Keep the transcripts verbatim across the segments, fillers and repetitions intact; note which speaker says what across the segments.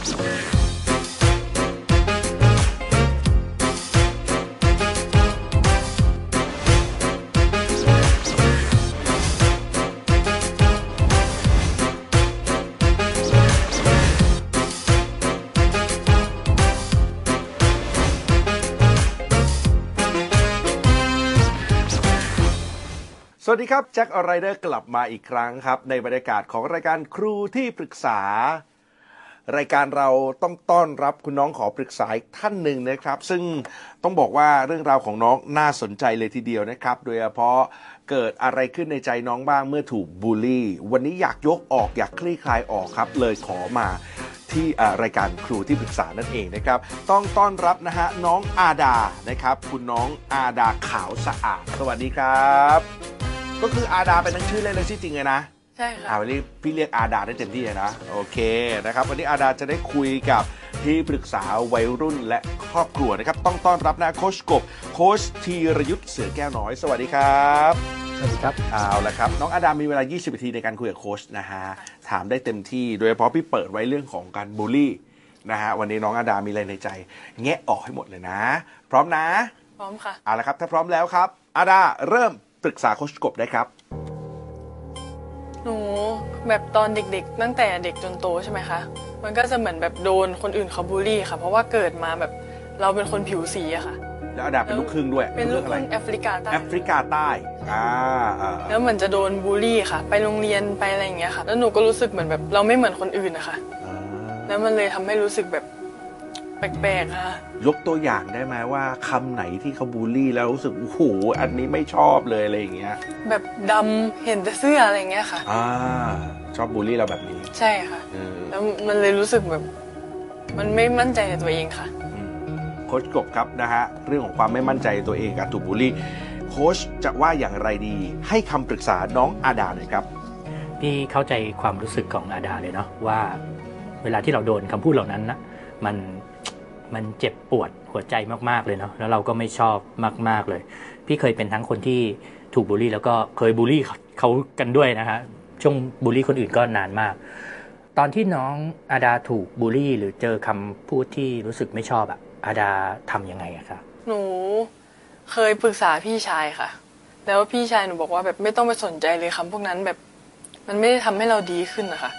Speaker 1: สวัสดีครับแจ็คอไรเดอร์กลับมาอีกครั้งครับในบรรยากาศของรายการครูที่ปรึกษารายการเราต้องต้อนรับคุณน้องขอปรึกษาอีกท่านหนึ่งนะครับซึ่งต้องบอกว่าเรื่องราวของน้องน่าสนใจเลยทีเดียวนะครับโดยเฉพาะเกิดอะไรขึ้นในใจน้องบ้างเมื่อถูกบูลลี่วันนี้อยากยกออกอยากคลี่คลายออกครับเลยขอมาที่รายการครูที่ปรึกษานั่นเองนะครับต้องต้อนรับนะฮะน้องอาดานะครับคุณน้องอาดาขาวสะอาดสวัสดีครับก็คืออาดาเป็นทั้งชื่อเล่นและชื่อจริงเลยนะ
Speaker 2: ใช่ค่ะ
Speaker 1: วันนี้พี่เรียกอาดาได้เต็มที่เลยนะโอเคนะครับวันนี้อาดาจะได้คุยกับที่ปรึกษาวัยรุ่นและครอบครัวนะครับต้องต้อนรับนะโค้ชกบโค้ชธีรยุทธเสือแก้วน้อยสวัสดีครับ
Speaker 3: สวัสดีครับ
Speaker 1: เอาละครับน้องอาดามีเวลายี่สิบนาทีในการคุยกับโค้ชนะฮะถามได้เต็มที่โดยเฉพาะพี่เปิดไว้เรื่องของการบูลลี่นะฮะวันนี้น้องอาดามีอะไรในใจแงะออกให้หมดเลยนะพร้อมนะ
Speaker 2: พร้อมค่ะ
Speaker 1: เอาละครับถ้าพร้อมแล้วครับอาดาเริ่มปรึกษาโค้ชกบได้ครับ
Speaker 2: หนูแบบตอนเด็กๆตั้งแต่เด็กจนโตใช่ไหมคะมันก็จะเหมือนแบบโดนคนอื่นเขาบูลลี่ค่ะเพราะว่าเกิดมาแบบเราเป็นคนผิวสีอะค่ะ
Speaker 1: แล้วอาดาเป็นลูกครึ่งด้วย
Speaker 2: เป็นลูกครึ่งแอฟริกาใต้
Speaker 1: แอฟริกาใต้อ่า
Speaker 2: แล้วเหมือนจะโดนบูลลี่ค่ะไปโรงเรียนไปอะไรอย่างเงี้ยค่ะแล้วหนูก็รู้สึกเหมือนแบบเราไม่เหมือนคนอื่นนะคะแล้วมันเลยทำให้รู้สึกแบบแปลกๆค่ะ
Speaker 1: ยกตัวอย่างได้ไหมว่าคำไหนที่เขาบูลลี่แล้วรู้สึกโอ้โหอันนี้ไม่ชอบเลยอะไรอย่างเงี้ย
Speaker 2: แบบดำเห็นแต่เสื้ออะไรอย่างเงี้ยค่ะ
Speaker 1: อ่าชอบบูลลี่เราแบบนี้
Speaker 2: ใช่ค่ะแล้วมันเลยรู้สึกแบบมันไม่มั่นใจในตัวเองค่ะ
Speaker 1: โค้ชกบครับนะฮะเรื่องของความไม่มั่นใจในตัวเองการถูกบูลลี่โค้ชจะว่าอย่างไรดีให้คำปรึกษาน้องอาดาหน่อยครับ
Speaker 3: พี่เข้าใจความรู้สึกของอาดาเลยเนาะว่าเวลาที่เราโดนคำพูดเหล่านั้นนะมันมันเจ็บปวดหัวใจมากๆเลยเนาะแล้วเราก็ไม่ชอบมากๆเลยพี่เคยเป็นทั้งคนที่ถูกบูลลี่แล้วก็เคยบูลลี่เขากันด้วยนะฮะช่วงบูลลี่คนอื่นก็นานมากตอนที่น้องอาดาถูกบูลลี่หรือเจอคำพูดที่รู้สึกไม่ชอบอะอาดาทำยังไงอะคะ
Speaker 2: หนูเคยปรึกษาพี่ชายค่ะแล้วพี่ชายหนูบอกว่าแบบไม่ต้องไปสนใจเลยคำพวกนั้นแบบมันไม่ได้ทำให้เราดีขึ้นนะคะ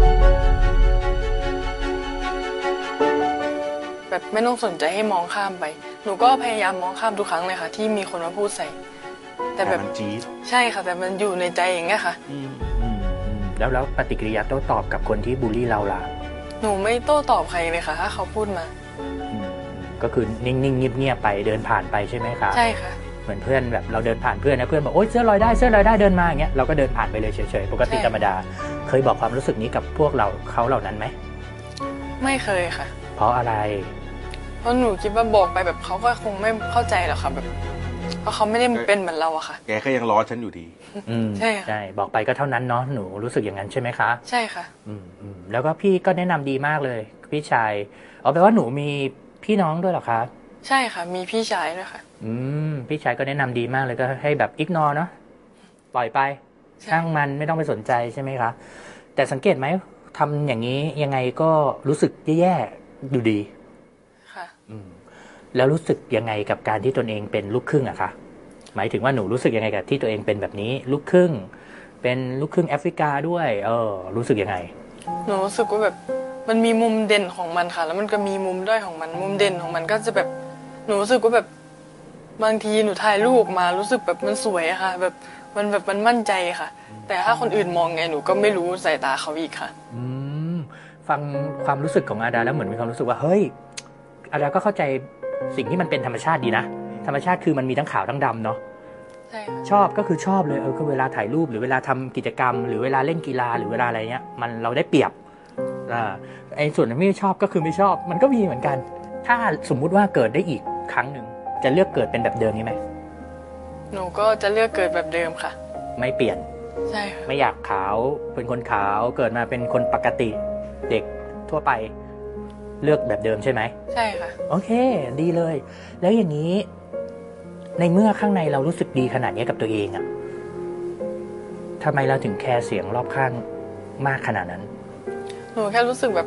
Speaker 2: แบบไม่ต้องสนใจให้มองข้ามไปหนูก็พยายามมองข้ามทุกครั้งเลยค่ะที่มีคนมาพูดใส่
Speaker 1: แต่แบบมันจี๊ด
Speaker 2: ใช่ค่ะแต่มันอยู่ในใจอย่างเงี้ยค่ะ
Speaker 3: แล้วแล้วปฏิกิริยาโต้ตอบกับคนที่บูลลี่เราล่ะ
Speaker 2: หนูไม่โต้ตอบใครเลยค่ะถ้าเขาพูดมา
Speaker 3: ก็คือนิ่งๆเงียบๆไปเดินผ่านไปใช่ไหมคะ
Speaker 2: ใช่ค่ะ
Speaker 3: เหมือนเพื่อนแบบเราเดินผ่านเพื่อนนะเพื่อนบอกโอ๊ยเสื้อลอยได้เสื้อลอยได้เดินมาอย่างเงี้ยเราก็เดินผ่านไปเลยเฉยๆปกติธรรมดาเคยบอกความรู้สึกนี้กับพวกเราเขาเหล่านั้นไหม
Speaker 2: ไม่เคยค่ะ
Speaker 3: เพราะอะไร
Speaker 2: เพราะหนูคิดว่าบอกไปแบบเขาก็คงไม่เข้าใจหรอกค่ะแบบเพราะเขาไม่ได้เป็นเหมือนเราอะค่ะ
Speaker 1: แกก็ยังล้อฉันอยู่ดี
Speaker 2: ใช่
Speaker 3: ใช่บอกไปก็เท่านั้นเนาะหนูรู้สึกอย่างนั้นใช่ไหมคะ
Speaker 2: ใช่ค่ะ
Speaker 3: อืมอืมแล้วก็พี่ก็แนะนำดีมากเลยพี่ชายเอาแปลว่าหนูมีพี่น้องด้วยหรอคะ
Speaker 2: ใช่ค่ะมีพี่ชายด้วยค่ะ
Speaker 3: อืมพี่ชายก็แนะนำดีมากเลยก็ให้แบบอิกนอร์เนาะปล่อยไปช่างมันไม่ต้องไปสนใจใช่ไหมคะแต่สังเกตไหมทำอย่างนี้ยังไงก็รู้สึกแย่ๆดูดี
Speaker 2: ค่ะ
Speaker 3: อืมแล้วรู้สึกยังไงกับการที่ตนเองเป็นลูกครึ่งอะคะหมายถึงว่าหนูรู้สึกยังไงกับที่ตัวเองเป็นแบบนี้ลูกครึ่งเป็นลูกครึ่งแอฟริกาด้วยเออรู้สึกยังไง
Speaker 2: หนูรู้สึกว่าแบบมันมีมุมเด่นของมันค่ะแล้วมันก็มีมุมด้อยของมันมุมเด่นของมันก็จะแบบหนูรู้สึกว่าแบบบางทีหนูถ่ายรูปมารู้สึกแบบมันสวยอะค่ะแบบมันแบบมันมั่นใจค่ะแต่ถ้าคนอื่นมองไงหนูก็ไม่รู้สายตาเขาอีกค่ะ
Speaker 3: อืมฟังความรู้สึกของอาดาแล้วเหมือนมีความรู้สึกว่าเฮ้ยอาดาก็เข้าใจสิ่งที่มันเป็นธรรมชาติดีนะธรรมชาติคือมันมีทั้งขาวทั้งดำเนาะ
Speaker 2: ใช่
Speaker 3: ชอบก็คือชอบเลยเออก็เวลาถ่ายรูปหรือเวลาทำกิจกรรมหรือเวลาเล่นกีฬาหรือเวลาอะไรเงี้ยมันเราได้เปรียบอ่าไอ้ส่วนที่ไม่ชอบก็คือไม่ชอบมันก็มีเหมือนกันถ้าสมมุติว่าเกิดได้อีกครั้งหนึ่งจะเลือกเกิดเป็นแบบเดิมนี้ไหม
Speaker 2: หนูก็จะเลือกเกิดแบบเดิมค่ะ
Speaker 3: ไม่เปลี่ยน
Speaker 2: ใช่ค่ะ
Speaker 3: ไม่อยากขาวเป็นคนขาวเกิดมาเป็นคนปกติเด็กทั่วไปเลือกแบบเดิมใช่ไหม
Speaker 2: ใช่ค่ะ
Speaker 3: โอเคดีเลยแล้วอย่างนี้ในเมื่อข้างในเรารู้สึกดีขนาดนี้กับตัวเองอะทำไมเราถึงแคร์เสียงรอบข้างมากขนาดนั้น
Speaker 2: หนูแค่รู้สึกแบบ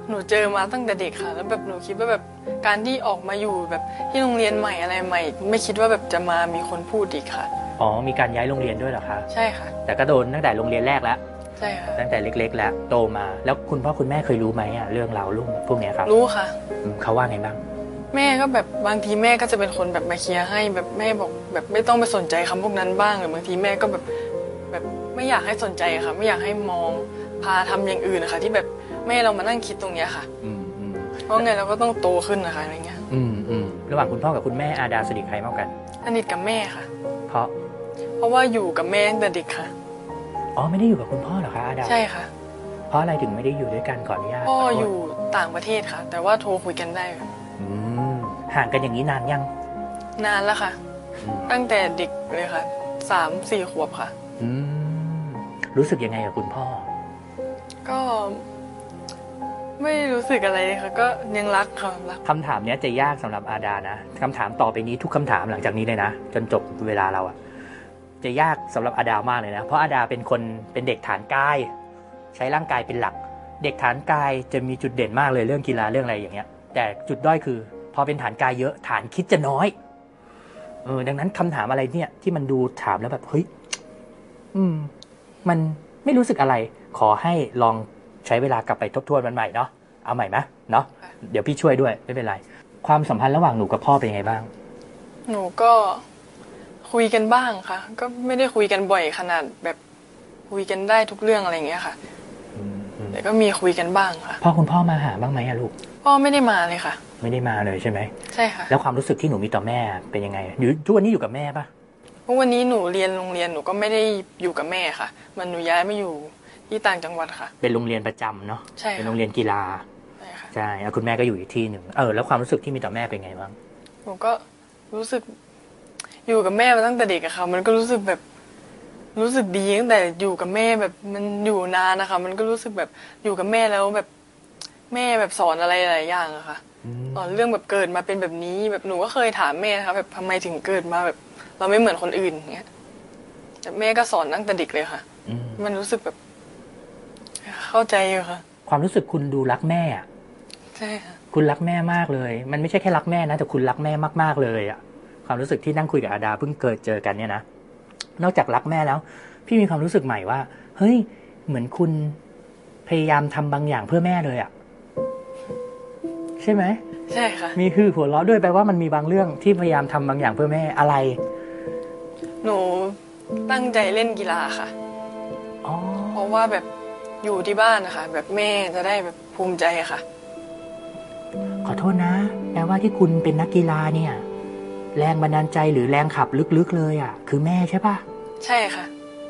Speaker 2: หนูเจอมาตั้งแต่เด็กค่ะ แล้วแบบหนูคิดว่าแบบการที่ออกมาอยู่แบบที่โรงเรียนใหม่อะไรใหม่ ไม่คิดว่าแบบจะมามีคนพูดอีกค่ะ
Speaker 3: อ๋อมีการย้ายโรงเรียนด้วยเหรอคะ
Speaker 2: ใช่ค่ะ
Speaker 3: แต่ก็โดนตั้งแต่โรงเรียนแรกแล้ว
Speaker 2: ใช่ค่ะ
Speaker 3: ตั้งแต่เล็กๆแล้วโตมาแล้วคุณพ่อคุณแม่เคยรู้ไหมอ่ะเรื่องราวลุ่มพวกเนี้ยครับ
Speaker 2: รู้ค่ะ
Speaker 3: อืมเขาว่าไงบ้าง
Speaker 2: แม่ก็แบบบางทีแม่ก็จะเป็นคนแบบมาเคลียร์ให้แบบแม่บอกแบบไม่ต้องไปสนใจคำพวกนั้นบ้างหรือบางทีแม่ก็แบบแบบไม่อยากให้สนใจอะค่ะไม่อยากให้มองพาทำอย่างอื่นนะคะที่แบบแม่เรามานั่งคิดตรงเนี้ยค่ะ
Speaker 3: อืมอืม
Speaker 2: เพราะไงเราก็ต้องโตขึ้นนะคะอะไรเงี้ย
Speaker 3: อืมอืมระหว่างคุณพ่อกับคุณแม่อาดาสนิทใครมากกัน
Speaker 2: สนิทกับแม่ค่ะ
Speaker 3: เพราะ
Speaker 2: เพราะว่าอยู่กับแม่ตั้งแต่เด็กค่ะ
Speaker 3: อ๋อไม่ได้อยู่กับคุณพ่อเหรอคะอาดา
Speaker 2: ใช่ค่ะ
Speaker 3: เพราะอะไรถึงไม่ได้อยู่ด้วยกันขออนุญาต
Speaker 2: พ่อ
Speaker 3: ขโทษ
Speaker 2: อยู่ต่างประเทศค่ะ แต่ว่าโทรคุยกันได้
Speaker 3: อืมห่างกันอย่างนี้นานยัง
Speaker 2: นานแล้วค่ะ
Speaker 3: อืม
Speaker 2: ตั้งแต่เด็กเลยค่ะสามสี่ขวบค่ะ
Speaker 3: อืมรู้สึกยังไงกับคุณพ่อ
Speaker 2: ก็ไม่รู้สึกอะไรเลยค่ะ ก็ยังรักค่ะรัก
Speaker 3: คำถามเนี้ยจะยากสำหรับอาดานะคำถามต่อไปนี้ทุกคำถามหลังจากนี้เลยนะจนจบเวลาเราอะจะยากสำหรับอาดามากเลยนะเพราะอาดาเป็นคนเป็นเด็กฐานกายใช้ร่างกายเป็นหลัก เด็กฐานกายจะมีจุดเด่นมากเลยเรื่องกีฬาเรื่องอะไรอย่างเงี้ย แต่จุดด้อยคือ พอเป็นฐานกายเยอะฐานคิดจะน้อยเออดังนั้นคำถามอะไรเนี่ยที่มันดูถามแล้วแบบเฮ้ยอืม มันไม่รู้สึกอะไร ขอให้ลองใช้เวลากลับไปทบทวนมันใหม่เนาะเอาใหม่ไหมเนาะเดี๋ยวพี่ช่วยด้วยไม่เป็นไร ความสัมพันธ์ระหว่างหนูกับพ่อเป็นยังไงบ้าง
Speaker 2: หนูก็คุยกันบ้างค่ะ ก็ไม่ได้คุยกันบ่อยขนาดแบบคุยกันได้ทุกเรื่องอะไรอย่างเงี้ยค่ะ
Speaker 3: อืมอืม
Speaker 2: แต่ก็มีคุยกันบ้างค่ะ
Speaker 3: พ่อคุณพ่อมาหาบ้างไหมอะลูก
Speaker 2: พ่อไม่ได้มาเลยค่ะ
Speaker 3: ไม่ได้มาเลยใช่ไหม
Speaker 2: ใช่ค่ะ
Speaker 3: แล้วความรู้สึกที่หนูมีต่อแม่เป็นยังไงอยู่ทุกวันนี้อยู่กับแม่ปะ
Speaker 2: เพราะวันนี้หนูเรียนโรงเรียนหนูก็ไม่ได้อยู่กับแม่ค่ะ มันหนูย้ายมาอยู่ที่ต่างจังหวัดค่ะ
Speaker 3: เป็นโรงเรียนประจำเนาะ
Speaker 2: ใช่ค่ะ
Speaker 3: เป็นโรงเรียนกีฬา
Speaker 2: ใช่ค่ะ
Speaker 3: ใช่แล้วคุณแม่ก็อยู่อีกที่หนึ่งเออแล้วความรู้สึกที่มีต่อแม่เป็นไงบ้าง
Speaker 2: หนูก็รู้สึกอยู่กับแม่มาตั้งแต่เด็กอะค่ะ มันก็รู้สึกแบบรู้สึกดีตั้งแต่อยู่กับแม่แบบมันอยู่นานนะคะ มันก็รู้สึกแบบอยู่กับแม่แล้วแบบแม่แบบสอนอะไรหลายอย่างอะค่ะ ตอนเรื่องแบบเกิดมาเป็นแบบนี้แบบหนูก็เคยถามแม่นะคะแบบทำไมถึงเกิดมาแบบ เราไม่เหมือนคนอื่นอย่างเงี้ยแต่แม่ก็สอนตั้งแต่เด็กเลยค่ะ
Speaker 3: อืม
Speaker 2: มันรู้สึกแบบ เข้าใจอยู่ค่ะ
Speaker 3: ความรู้สึกคุณดูรักแม่อะ
Speaker 2: ใช่ค่ะ
Speaker 3: คุณรักแม่มากเลย มันไม่ใช่แค่รักแม่นะแต่คุณรักแม่มากๆเลยอะความรู้สึกที่นั่งคุยกับอาดาเพิ่งเกิดเจอกันเนี่ยนะนอกจากรักแม่แล้ว พี่มีความรู้สึกใหม่ว่าเฮ้ยเหมือนคุณพยายามทำบางอย่างเพื่อแม่เลยอะใช่ไหม
Speaker 2: ใช่ค่ะ
Speaker 3: มีคือหัวเราะด้วยแปลว่ามันมีบางเรื่องที่พยายามทำบางอย่างเพื่อแม่อะไร
Speaker 2: หนูตั้งใจเล่นกีฬาค่ะ
Speaker 3: อ๋อ
Speaker 2: เพราะว่าแบบอยู่ที่บ้านนะคะแบบแม่จะได้แบบภูมิใจค่ะ
Speaker 3: ขอโทษนะแปลว่าที่คุณเป็นนักกีฬาเนี่ย แรงบันดาลใจหรือแรงขับลึกๆเลยอ่ะ คือแม่ใช่ปะ
Speaker 2: ใช่ค่ะ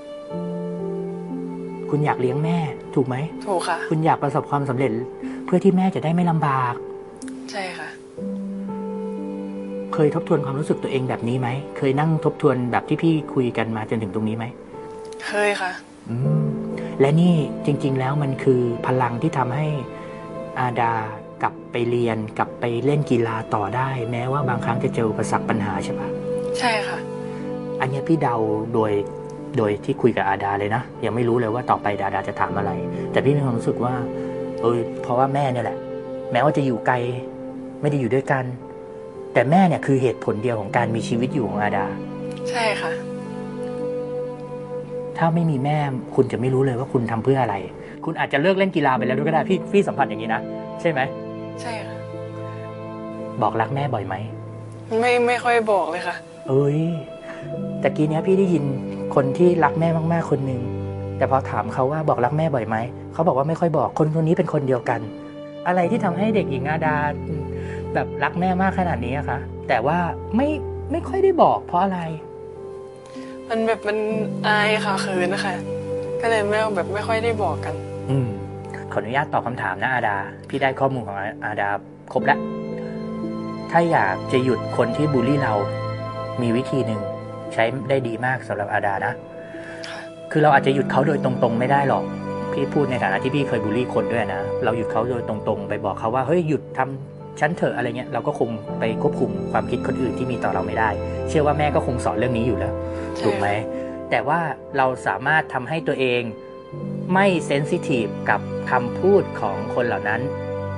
Speaker 3: คุณอยากเลี้ยงแม่ ถูกไหม
Speaker 2: ถูกค่ะ
Speaker 3: คุณอยากประสบความสำเร็จ เพื่อที่แม่จะได้ไม่ลำบาก
Speaker 2: ใช่ค่ะ
Speaker 3: เคยทบทวนความรู้สึกตัวเองแบบนี้ไหมเคยนั่งทบทวนแบบที่พี่คุยกันมาจนถึงตรงนี้ไหม
Speaker 2: เคยค่ะ
Speaker 3: อืมและนี่จริง ๆ แล้วมันคือพลังที่ทำให้อาดากลับไปเรียนกลับไปเล่นกีฬาต่อได้ แม้ว่าบางครั้งจะเจออุปสรรคปัญหาใช่ปะ
Speaker 2: ใช่ค่ะ
Speaker 3: อันเนี้ยพี่เดาโดยโดยที่คุยกับอาดาเลยนะยังไม่รู้เลยว่าต่อไปดาดาจะถามอะไร แต่พี่มีความรู้สึกว่าเออเพราะว่าแม่เนี่ยแหละ แม้ว่าจะอยู่ไกลไม่ได้อยู่ด้วยกัน แต่แม่เนี่ยคือเหตุผลเดียวของการมีชีวิตอยู่ของอาดา
Speaker 2: ใช่ค่ะ
Speaker 3: ถ้าไม่มีแม่คุณจะไม่รู้เลยว่าคุณทำเพื่ออะไร คุณอาจจะเลิกเล่นกีฬาไปแล้วด้วยก็ได้พี่พี่สัมผัสอย่างนี้นะใช่ไหม
Speaker 2: ใช่ค่ะ
Speaker 3: บอกรักแม่บ่อยไหม
Speaker 2: ไม่ไม่ค่อยบอกเลยค่ะ
Speaker 3: เอ้ยแต่กี้เนี้ยพี่ได้ยินคนที่รักแม่มากๆคนหนึ่งแต่พอถามเขาว่าบอกรักแม่บ่อยไหมเขาบอกว่าไม่ค่อยบอกคนคนนี้เป็นคนเดียวกัน อะไรที่ทำให้เด็กหญิงอาดาแบบรักแม่มากขนาดนี้อะคะแต่ว่าไม่ไม่ค่อยได้บอกเพราะอะไร
Speaker 2: มันแบบมันอายค่ะเขินนะคะ ก็เลยไม่แบบไม่ค่อยได้บอกกัน
Speaker 3: อืมขออนุญาตตอบคำถามนะอาดา พี่ได้ข้อมูลของอาดาครบแล้ว ถ้าอยากจะหยุดคนที่บูลลี่เรา มีวิธีหนึ่งใช้ได้ดีมากสำหรับอาดานะ คือเราอาจจะหยุดเขาโดยตรงๆไม่ได้หรอก พี่พูดในฐานะที่พี่เคยบูลลี่คนด้วยนะ เราหยุดเขาโดยตรงๆไปบอกเขาว่าเฮ้ยหยุดทำฉันเถอะอะไรเงี้ย เราก็คงไปควบคุมความคิดคนอื่นที่มีต่อเราไม่ได้ เชื่อว่าแม่ก็คงสอนเรื่องนี้อยู่แล้ว ถูกไหม แต่ว่าเราสามารถทำให้ตัวเองไม่เซนซิทีฟกับคำพูดของคนเหล่านั้น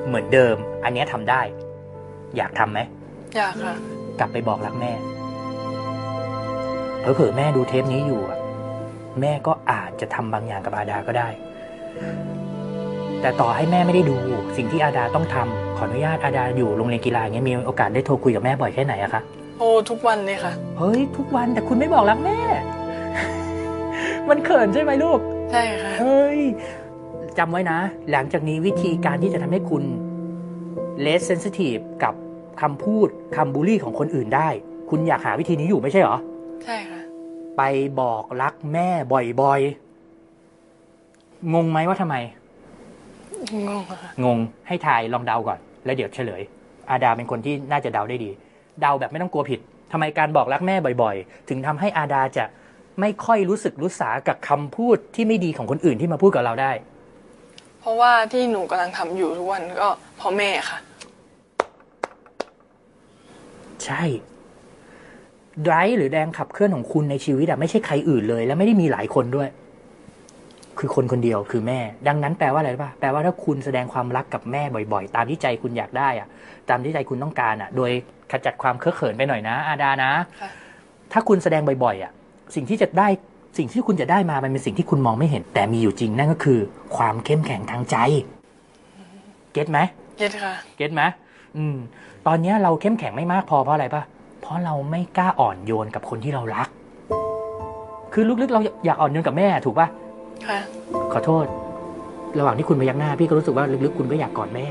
Speaker 3: เหมือนเดิมอันนี้ทำได้อยากทำไหม
Speaker 2: อยากค่ะ
Speaker 3: กลับไปบอกรักแม่เผลอๆแม่ดูเทปนี้อยู่แม่ก็อาจจะทำบางอย่างกับอาดาก็ได้แต่ต่อให้แม่ไม่ได้ดูสิ่งที่อาดาต้องทำขออนุญาตอาดาอยู่โรงเรียนกีฬาอย่างเงี้ยมีโอกาสได้โทรคุยกับแม่บ่อยแค่ไหนอะคะ
Speaker 2: โอ้ทุกวันเลยค่ะ
Speaker 3: เฮ้ยทุกวันแต่คุณไม่บอกรักแม่ มันเขินใช่ไหมลูก
Speaker 2: ใช่ค่ะ
Speaker 3: เฮ้ยจำไว้นะหลังจากนี้วิธีการที่จะทำให้คุณ less sensitive กับคำพูดคำบูลลี่ของคนอื่นได้คุณอยากหาวิธีนี้อยู่ไม่ใช่เหรอ
Speaker 2: ใช่ค่ะ
Speaker 3: ไปบอกรักแม่บ่อยๆงงไหมว่าทำไม
Speaker 2: งงค่ะ
Speaker 3: งงให้ทายลองเดาก่อนแล้วเดี๋ยวเฉลยอาดาเป็นคนที่น่าจะเดาได้ดีเดาแบบไม่ต้องกลัวผิดทำไมการบอกรักแม่บ่อยๆถึงทำให้อาดาจะไม่ค่อยรู้สึกรู้สากับคำพูดที่ไม่ดีของคนอื่นที่มาพูดกับเราได้
Speaker 2: เพราะว่าที่หนูกำลังทำอยู่ทุกวันก็เพราะแม่ค่ะ
Speaker 3: ใช่ไดรฟ์หรือแรงขับเคลื่อนของคุณในชีวิตอะไม่ใช่ใครอื่นเลยและไม่ได้มีหลายคนด้วยคือคนคนเดียวคือแม่ดังนั้นแปลว่าอะไรป่ะแปลว่าถ้าคุณแสดงความรักกับแม่บ่อยๆตามที่ใจคุณอยากได้อะตามที่ใจคุณต้องการอะโดยขจัดความเคอะเขินไปหน่อยนะอาดานะถ้าคุณแสดงบ่อยๆอะสิ่งที่จะได้สิ่งที่คุณจะได้มามันเป็นสิ่งที่คุณมองไม่เห็นแต่มีอยู่จริงนั่นก็คือความเข้มแข็งทางใจเก็ทไหม
Speaker 2: เก็ทค่ะ
Speaker 3: เก็ทไหมอืมตอนนี้เราเข้มแข็งไม่มากพอเพราะอะไรป่ะเพราะเราไม่กล้าอ่อนโยนกับคนที่เรารักคือลึกๆเราอยากอ่อนโยนกับแม่ถูกป่ะ
Speaker 2: ค่ะ
Speaker 3: ขอโทษระหว่างที่คุณพยักหน้าพี่ก็รู้สึกว่าลึกๆคุณก็อยากกอดแม่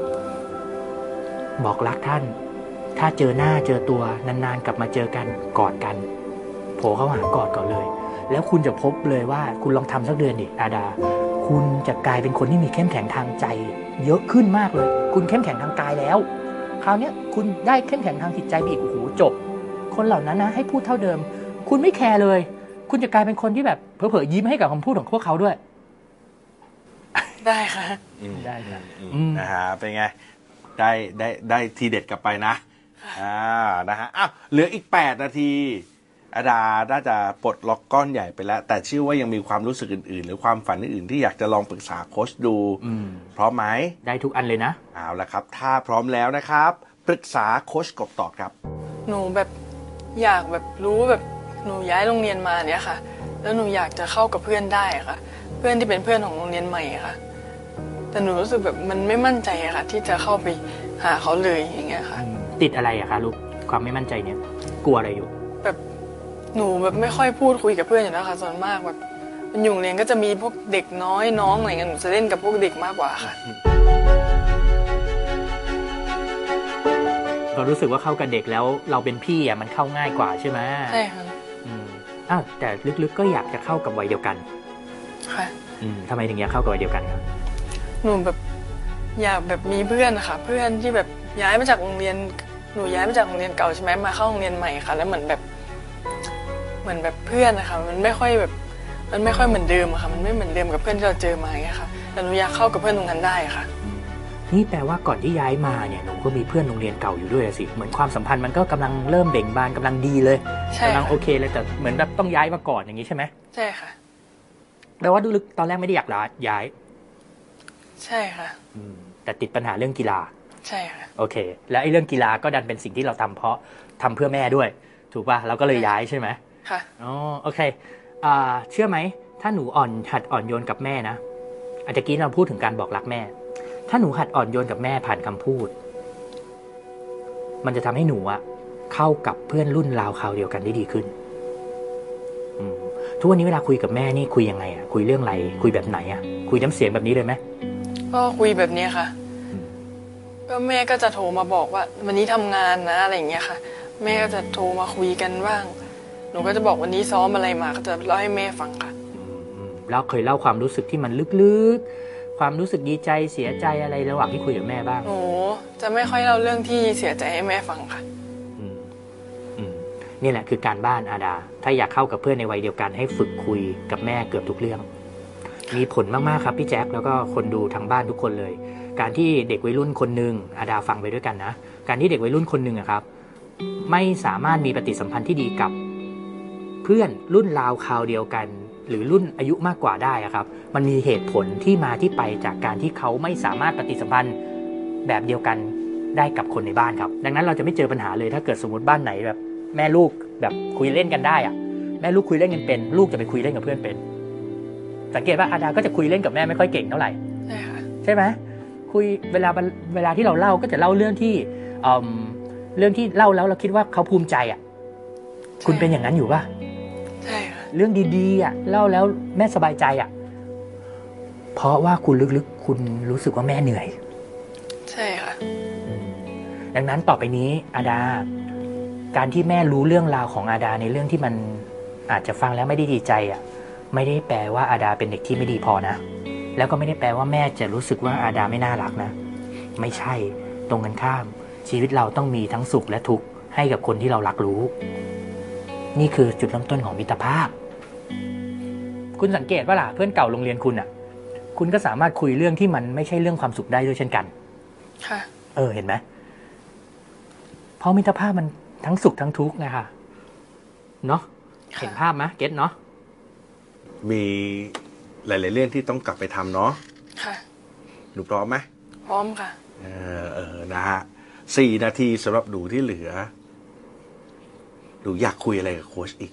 Speaker 3: บอกรักท่านถ้าเจอหน้าเจอตัวนานๆกลับมาเจอกันกอดกันโผล่เข้าหากอดก่อนเลยแล้วคุณจะพบเลยว่าคุณลองทำสักเดือนดิอาดาคุณจะกลายเป็นคนที่มีเข้มแข็งทางใจเยอะขึ้นมากเลยคุณเข้มแข็งทางกายแล้วคราวนี้คุณได้เข้มแข็งทางจิตใจไปอีกโอ้โหจบคนเหล่านั้นนะให้พูดเท่าเดิมคุณไม่แคร์เลยคุณจะกลายเป็นคนที่แบบเผลอๆยิ้มให้กับคำพูดของพวกเขาด้วย
Speaker 2: ได้ค่ะ
Speaker 3: ได้ค่ะ
Speaker 1: นะฮะเป็นไงได้ได้ได้ทีเด็ดกลับไปนะอ่านะฮะอ้าวเหลืออีกแปดนาทีอาดาน่าจะปลดล็อกก้อนใหญ่ไปแล้วแต่เชื่อว่ายังมีความรู้สึกอื่นๆหรือความฝันอื่นๆที่อยากจะลองปรึกษาโค้ชดูพร้อมไหม
Speaker 3: ได้ทุกอันเลยนะ
Speaker 1: เอาละครับถ้าพร้อมแล้วนะครับปรึกษาโค้ชกบตอบครับ
Speaker 2: หนูแบบอยากแบบรู้แบบหนูย้ายโรงเรียนมาเนี่ยค่ะแล้วหนูอยากจะเข้ากับเพื่อนได้ค่ะเพื่อนที่เป็นเพื่อนของโรงเรียนใหม่ค่ะแต่หนูรู้สึกแบบมันไม่มั่นใจค่ะที่จะเข้าไปหาเขาเลยอย่างเงี้ยค่ะ
Speaker 3: ติดอะไรอะคะลูกความไม่มั่นใจเนี่ยกลัวอะไรอยู่
Speaker 2: แบบหนูแบบไม่ค่อยพูดคุยกับเพื่อนอยู่แล้วค่ะส่วนมากแบบมันอยู่โรงเรียนก็จะมีพวกเด็กน้อยน้องอะไรเงี้ยหนูจะเล่นกับพวกเด็กมากกว่าค่ะ
Speaker 3: เรารู้สึกว่าเข้ากับเด็กแล้วเราเป็นพี่อ่ะมันเข้าง่ายกว่าใช่ไหม
Speaker 2: ใช่ค่ะ
Speaker 3: อืมอ้าวแต่ลึกๆก็อยากจะเข้ากับวัยเดียวกัน
Speaker 2: ค่ะ
Speaker 3: อืมทำไมถึงอยากเข้ากับวัยเดียวกันครับ
Speaker 2: หนูแบบอยากแบบมีเพื่อนค่ะเพื่อนที่แบบย้ายมาจากโรงเรียนหนูย้ายมาจากโรงเรียนเก่าใช่ไหมมาเข้าโรงเรียนใหม่ค่ะแล้วเหมือนแบบเหมือนแบบเพื่อนนะคะมันไม่ค่อยแบบมันไม่ค่อยเหมือนเดิมอะค่ะมันไม่เหมือนเดิมกับเพื่อนที่เราเจอมาไงค่ะแต่หนูอยากเข้ากับเพื่อนตรงนั้นได้ค่ะ
Speaker 3: นี่แปลว่าก่อนที่ย้ายมาเนี่ยหนูก็มีเพื่อนโรงเรียนเก่าอยู่ด้วยสิเหมือนความสัมพันธ์มันก็กำลังเริ่มเบ่งบานกำลังดีเลยกำลังโอเคเลยแต่เหมือนแบบต้องย้ายมาก่อนอย่างนี้ใช่ไหม
Speaker 2: ใช่ค่ะ
Speaker 3: แปลว่าดูลึกตอนแรกไม่ได้อยากย้าย
Speaker 2: ใช่ค่ะ
Speaker 3: แต่ติดปัญหาเรื่องกีฬา
Speaker 2: ใช่ค่ะ
Speaker 3: โอเคแล้วไอ้เรื่องกีฬาก็ดันเป็นสิ่งที่เราทำเพราะทำเพื่อแม่ด้วยถูกป่ะเราก็เลยย้ายใช่ไหม
Speaker 2: ค่ะ
Speaker 3: อ๋อโอเคอ่าเชื่อไหมถ้าหนูอ่อนหัดอ่อนโยนกับแม่นะอาจจะกี้เราพูดถึงการบอกรักแม่ถ้าหนูหัดอ่อนโยนกับแม่ผ่านคำพูดมันจะทำให้หนูอะเข้ากับเพื่อนรุ่นราวคราวเดียวกันได้ดีขึ้นทุกวันนี้เวลาคุยกับแม่นี่คุยยังไงอะคุยเรื่องอะไรคุยแบบไหนอะคุยน้ำเสียงแบบนี้เลยไหม
Speaker 2: ก็คุยแบบนี้ค่ะก็แม่ก็จะโทรมาบอกว่าวันนี้ทำงานนะอะไรอย่างเงี้ยค่ะแม่ก็จะโทรมาคุยกันบ้างหนูก็จะบอกวันนี้ซ้อมอะไรมาก็จะเล่าให้แม่ฟังค่ะ
Speaker 3: แล้วเคยเล่าความรู้สึกที่มันลึกๆความรู้สึกดีใจเสียใจอะไรระหว่างที่คุยกับแม่บ้าง
Speaker 2: โอ้จะไม่ค่อยเล่าเรื่องที่เสียใจให้แม่ฟังค่ะ
Speaker 3: อืมอืมนี่แหละคือการบ้านอาดาถ้าอยากเข้ากับเพื่อนในวัยเดียวกันให้ฝึกคุยกับแม่เกือบทุกเรื่องมีผลมากๆครับพี่แจ็คแล้วก็คนดูทางบ้านทุกคนเลยการที่เด็กวัยรุ่นคนหนึ่งอาดาฟังไปด้วยกันนะการที่เด็กวัยรุ่นคนหนึ่งอะครับไม่สามารถมีปฏิสัมพันธ์ที่ดีกับเพื่อนรุ่นราวคราวเดียวกันหรือรุ่นอายุมากกว่าได้ครับมันมีเหตุผลที่มาที่ไปจากการที่เขาไม่สามารถปฏิสัมพันธ์แบบเดียวกันได้กับคนในบ้านครับดังนั้นเราจะไม่เจอปัญหาเลยถ้าเกิดสมมติบ้านไหนแบบแม่ลูกแบบคุยเล่นกันได้อะแม่ลูกคุยเล่นกันเป็นลูกจะไปคุยเล่นกับเพื่อนเป็นสังเกตว่าอาดาก็จะคุยเล่นกับแม่ไม่ค่อยเก่งเท่าไหร่
Speaker 2: ใช่ค่ะ
Speaker 3: ใช่ไหมคุยเวลาเวลาที่เราเล่าก็จะเล่าเรื่องที่เอ่อเรื่องที่เล่าแล้วเราคิดว่าเขาภูมิใจอ่ะคุณเป็นอย่างนั้นอยู่ป่ะ
Speaker 2: ใช่ค่ะ
Speaker 3: เรื่องดีๆอ่ะเล่าแล้วแม่สบายใจอ่ะเพราะว่าคุณลึกๆคุณรู้สึกว่าแม่เหนื่อย
Speaker 2: ใช่ค่ะ
Speaker 3: ดังนั้นต่อไปนี้อาดาการที่แม่รู้เรื่องราวของอาดาในเรื่องที่มันอาจจะฟังแล้วไม่ได้ดีใจอ่ะไม่ได้แปลว่าอาดาเป็นเด็กที่ไม่ดีพอนะแล้วก็ไม่ได้แปลว่าแม่จะรู้สึกว่าอาดาไม่น่ารักนะไม่ใช่ตรงกันข้ามชีวิตเราต้องมีทั้งสุขและทุกข์ให้กับคนที่เรารักรู้นี่คือจุดเริ่มต้นของมิตรภาพคุณสังเกตว่าล่ะเพื่อนเก่าโรงเรียนคุณอ่ะคุณก็สามารถคุยเรื่องที่มันไม่ใช่เรื่องความสุขได้ด้วยเช่นกัน
Speaker 2: ค่ะ
Speaker 3: เออเห็นไหมเพราะมิตรภาพมันทั้งสุขทั้งทุกข์นะคะเนาะเห็นภาพไหมเก็ตเนาะ
Speaker 1: มีหลายๆเรื่องที่ต้องกลับไปทำเนาะ
Speaker 2: ค่ะ
Speaker 1: หนูพร้อมไหม
Speaker 2: พร้อมค่ะ
Speaker 1: เออเออนะฮะสี่นาทีสำหรับหนูที่เหลือหนูอยากคุยอะไรกับโค้ชอีก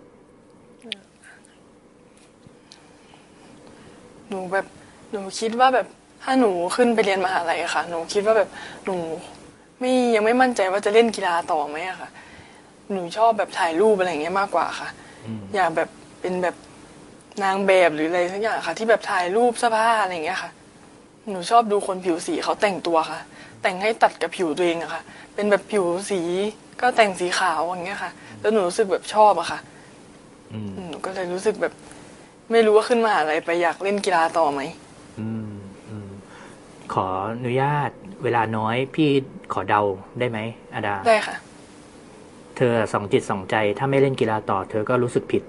Speaker 2: หนูแบบหนูคิดว่าแบบถ้าหนูขึ้นไปเรียนมหาลัยค่ะหนูคิดว่าแบบหนูไม่ยังไม่มั่นใจว่าจะเล่นกีฬาต่อไหมอะค่ะหนูชอบแบบถ่ายรูปอะไรอย่างเงี้ยมากกว่าค่ะอยากแบบเป็นแบบนางแบบหรืออะไรสักอย่างค่ะที่แบบถ่ายรูปเสื้อผ้าอะไรอย่างเงี้ยค่ะหนูชอบดูคนผิวสีเขาแต่งตัวค่ะแต่งให้ตัดกับผิวตัวเองอะค่ะเป็นแบบผิวสีก็แต่งสีขาวอย่างเงี้ยค่ะแล้วหนูรู้สึกแบบชอบอะค่ะหนูก็เลยรู้สึกแบบไม่รู้ว่าขึ้นมหาลัยไปอยากเล่นกีฬาต่อไหม
Speaker 3: ขออนุญาตเวลาน้อยพี่ขอเดาได้ไหมอาดา
Speaker 2: ได้ค่ะ
Speaker 3: เธอสองจิตสองใจถ้าไม่เล่นกีฬาต่อเธอก็รู้สึกผิด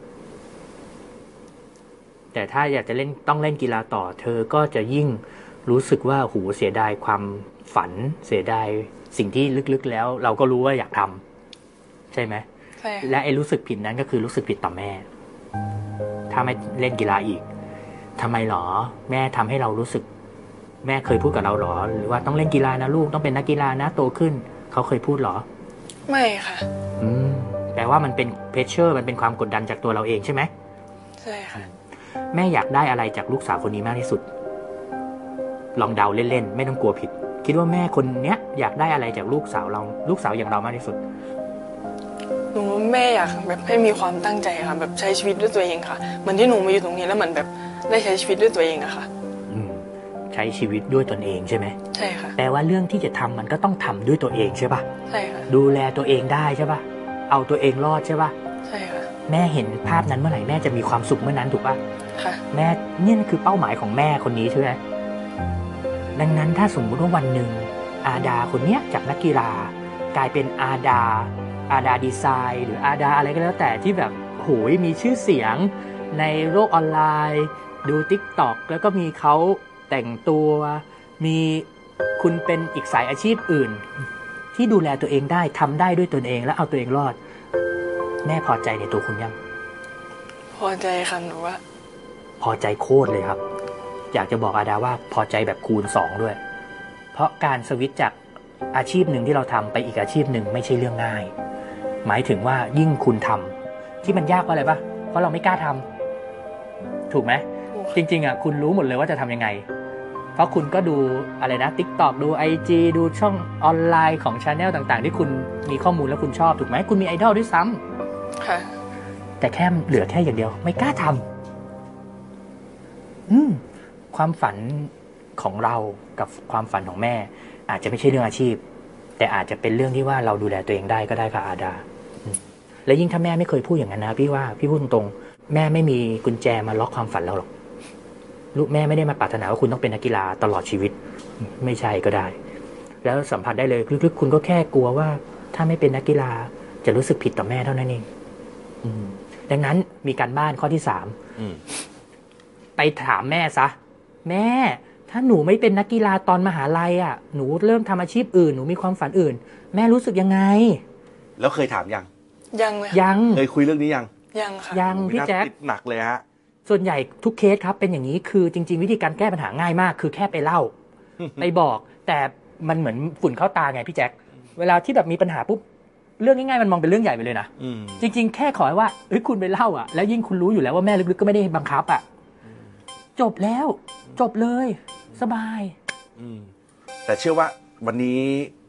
Speaker 3: แต่ถ้าอยากจะเล่นต้องเล่นกีฬาต่อเธอก็จะยิ่งรู้สึกว่าหูเสียดายความฝันเสียดายสิ่งที่ลึกๆแล้วเราก็รู้ว่าอยากทำใช่ไหม
Speaker 2: ใช่
Speaker 3: และไอ้รู้สึกผิดนั้นก็คือรู้สึกผิดต่อแม่ถ้าไม่เล่นกีฬาอีกทำไมหรอแม่ทำให้เรารู้สึกแม่เคยพูดกับเราหรอหรือว่าต้องเล่นกีฬานะลูกต้องเป็นนักกีฬานะโตขึ้นเขาเคยพูดหรอ
Speaker 2: ไม่ค่ะ
Speaker 3: อืมแปลว่ามันเป็นเพรสเชอร์มันเป็นความกดดันจากตัวเราเองใช่ไหม
Speaker 2: ใช่ค่ะ
Speaker 3: แม่อยากได้อะไรจากลูกสาวคนนี้มากที่สุดลองเดาเล่นๆไม่ต้องกลัวผิดคิดว่าแม่คนเนี้ยอยากได้อะไรจากลูกสาวเราลูกสาวอย่างเรามากที่สุด
Speaker 2: หนูแม่อยากแบบให้มีความตั้งใจค่ะแบบใช้ชีวิตด้วยตัวเองค่ะเหมือนที่หนูมาอยู่ตรงนี้แล้วเหมือนแบบได้ใช้ชีวิตด้วยตัวเองอะค่ะ
Speaker 3: ใช้ชีวิตด้วยตนเองใช่ไหม
Speaker 2: ใช่ค่ะ
Speaker 3: แปลว่าเรื่องที่จะทำมันก็ต้องทำด้วยตัวเองใช่ป่ะ
Speaker 2: ใช่ค่ะ
Speaker 3: ดูแลตัวเองได้ใช่ป่ะเอาตัวเองรอดใช่ป่ะ
Speaker 2: ใช่ค่ะ
Speaker 3: แม่เห็นภาพนั้นเมื่อไหร่แม่จะมีความสุขเมื่อนั้นถูกป่ะ
Speaker 2: ค่ะ
Speaker 3: แม่เนี่ยคือเป้าหมายของแม่คนนี้ใช่ไหมดังนั้นถ้าสมมุติว่าวันหนึ่งอาดาคนเนี้ยจากนักกีฬากลายเป็นอาดาอาดาดีไซน์หรืออาดาอะไรก็แล้วแต่ที่แบบโหยมีชื่อเสียงในโลกออนไลน์ดู ติ๊กต็อก แล้วก็มีเขาแต่งตัวมีคุณเป็นอีกสายอาชีพอื่นที่ดูแลตัวเองได้ทำได้ด้วยตนเองและเอาตัวเองรอดแม่พอใจในตัวคุณยัง
Speaker 2: พอใจค่ะหนูว่า
Speaker 3: พอใจโคตรเลยครับอยากจะบอกอาดาว่าพอใจแบบคูณสองด้วยเพราะการสวิตช์จากอาชีพหนึ่งที่เราทำไปอีกอาชีพหนึ่งไม่ใช่เรื่องง่ายหมายถึงว่ายิ่งคุณทำที่มันยากเพราะอะไรปะเพราะเราไม่กล้าทำถูกไหมจริงๆอ่ะคุณรู้หมดเลยว่าจะทำยังไงเพราะคุณก็ดูอะไรนะ ติ๊กต็อก ดู ไอ จี ดูช่องออนไลน์ของ channel ต่างๆที่คุณมีข้อมูลแล้วคุณชอบถูกไหมคุณมีไอดอลด้วยซ้
Speaker 2: ำค่ะ
Speaker 3: แต่แค่เหลือแค่อย่างเดียวไม่กล้าทำอืมความฝันของเรากับความฝันของแม่อาจจะไม่ใช่เรื่องอาชีพแต่อาจจะเป็นเรื่องที่ว่าเราดูแลตัวเองได้ก็ได้ค่ะอาดาและยิ่งถ้าแม่ไม่เคยพูดอย่างนั้นนะพี่ว่าพี่พูดตรงๆแม่ไม่มีกุญแจมาล็อกความฝันเราหรอกลูกแม่ไม่ได้มาปรารถนาว่าคุณต้องเป็นนักกีฬาตลอดชีวิตไม่ใช่ก็ได้แล้วสัมผัสได้เลยลึกๆคุณก็แค่กลัวว่าถ้าไม่เป็นนักกีฬาจะรู้สึกผิดต่อแม่เท่านั้นเองดังนั้นมีการบ้านข้อที่สามไปถามแม่ซะแม่ถ้าหนูไม่เป็นนักกีฬาตอนมหาลัยอ่ะหนูเริ่มทำอาชีพอื่นหนูมีความฝันอื่นแม่รู้สึกยังไง
Speaker 1: แล้วเคยถามยัง
Speaker 2: ยังเลย
Speaker 3: ยัง
Speaker 1: เคยคุยเรื่องนี้ยัง
Speaker 2: ยังค่ะ
Speaker 3: ยังพี่แจ๊ค
Speaker 1: หนักเลยฮะ
Speaker 3: ส่วนใหญ่ทุกเคสครับเป็นอย่างนี้คือจริงๆวิธีการแก้ปัญหาง่ายมากคือแค่ไปเล่า ไปบอกแต่มันเหมือนฝุ่นเข้าตาไงพี่แจ็คเวลาที่แบบมีปัญหาปุ๊บเรื่องง่ายๆมันมองเป็นเรื่องใหญ่ไปเลยนะจริงๆแค่ขอให้ว่าเฮ้ยคุณไปเล่าอ่ะแล้วยิ่งคุณรู้อยู่แล้วว่าแม่ลึกๆก็ไม่ได้บังคับอ่ะจบแล้วจบเลยสบาย
Speaker 1: แต่เชื่อว่าวันนี้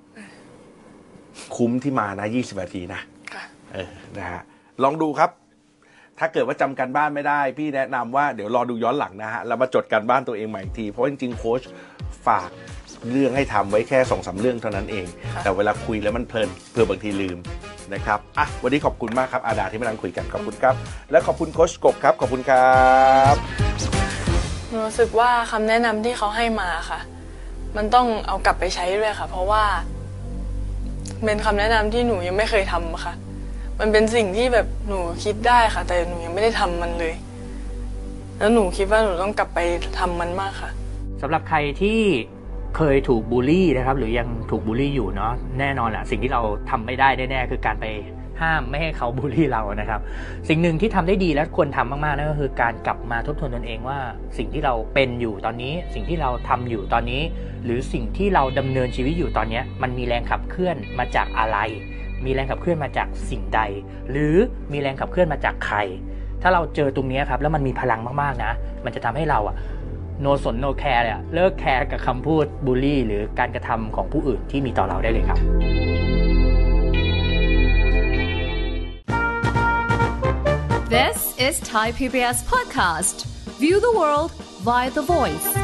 Speaker 1: คุ้มที่มานะยี่สิบนาทีนะเออนะฮะลองดูครับถ้าเกิดว่าจำกันบ้านไม่ได้พี่แนะนำว่าเดี๋ยวรอดูย้อนหลังนะฮะแล้วมาจดกันบ้านตัวเองใหม่อีกทีเพราะจริงๆโค้ชฝากเรื่องให้ทำไว้แค่สองสามเรื่องเท่านั้นเองแต่เวลาคุยแล้วมันเพลินเพื่อบางทีลืมนะครับอ่ะวันนี้ขอบคุณมากครับอาดาที่มานั่งคุยกันขอบคุณครับและขอบคุณโค้ชกบครับขอบคุณครับ
Speaker 2: รู้สึกว่าคำแนะนำที่เขาให้มาค่ะมันต้องเอากลับไปใช้ด้วยค่ะเพราะว่าเป็นคำแนะนำที่หนูยังไม่เคยทำค่ะมันเป็นสิ่งที่แบบหนูคิดได้ค่ะแต่หนูยังไม่ได้ทำมันเลยแล้วหนูคิดว่าหนูต้องกลับไปทำมันมากค่ะ
Speaker 3: สำหรับใครที่เคยถูกบูลลี่นะครับหรือยังถูกบูลลี่อยู่เนาะแน่นอนแหละสิ่งที่เราทำไม่ได้แน่ๆคือการไปห้ามไม่ให้เขาบูลลี่เรานะครับสิ่งหนึ่งที่ทำได้ดีและควรทำมากๆนั่นก็คือการกลับมาทบทวนตนเองว่าสิ่งที่เราเป็นอยู่ตอนนี้สิ่งที่เราทำอยู่ตอนนี้หรือสิ่งที่เราดำเนินชีวิตอยู่ตอนนี้มันมีแรงขับเคลื่อนมาจากอะไรมีแรงขับเคลื่อนมาจากสิ่งใดหรือมีแรงขับเคลื่อนมาจากใครถ้าเราเจอตรงนี้ครับแล้วมันมีพลังมากๆนะมันจะทำให้เราอะโนสนโนแคร์เลยอะเลิกแคร์กับคำพูดบูลลี่หรือการกระทำของผู้อื่นที่มีต่อเราได้เลยครับ
Speaker 4: This is Thai พี บี เอส podcast. View the world via The Voice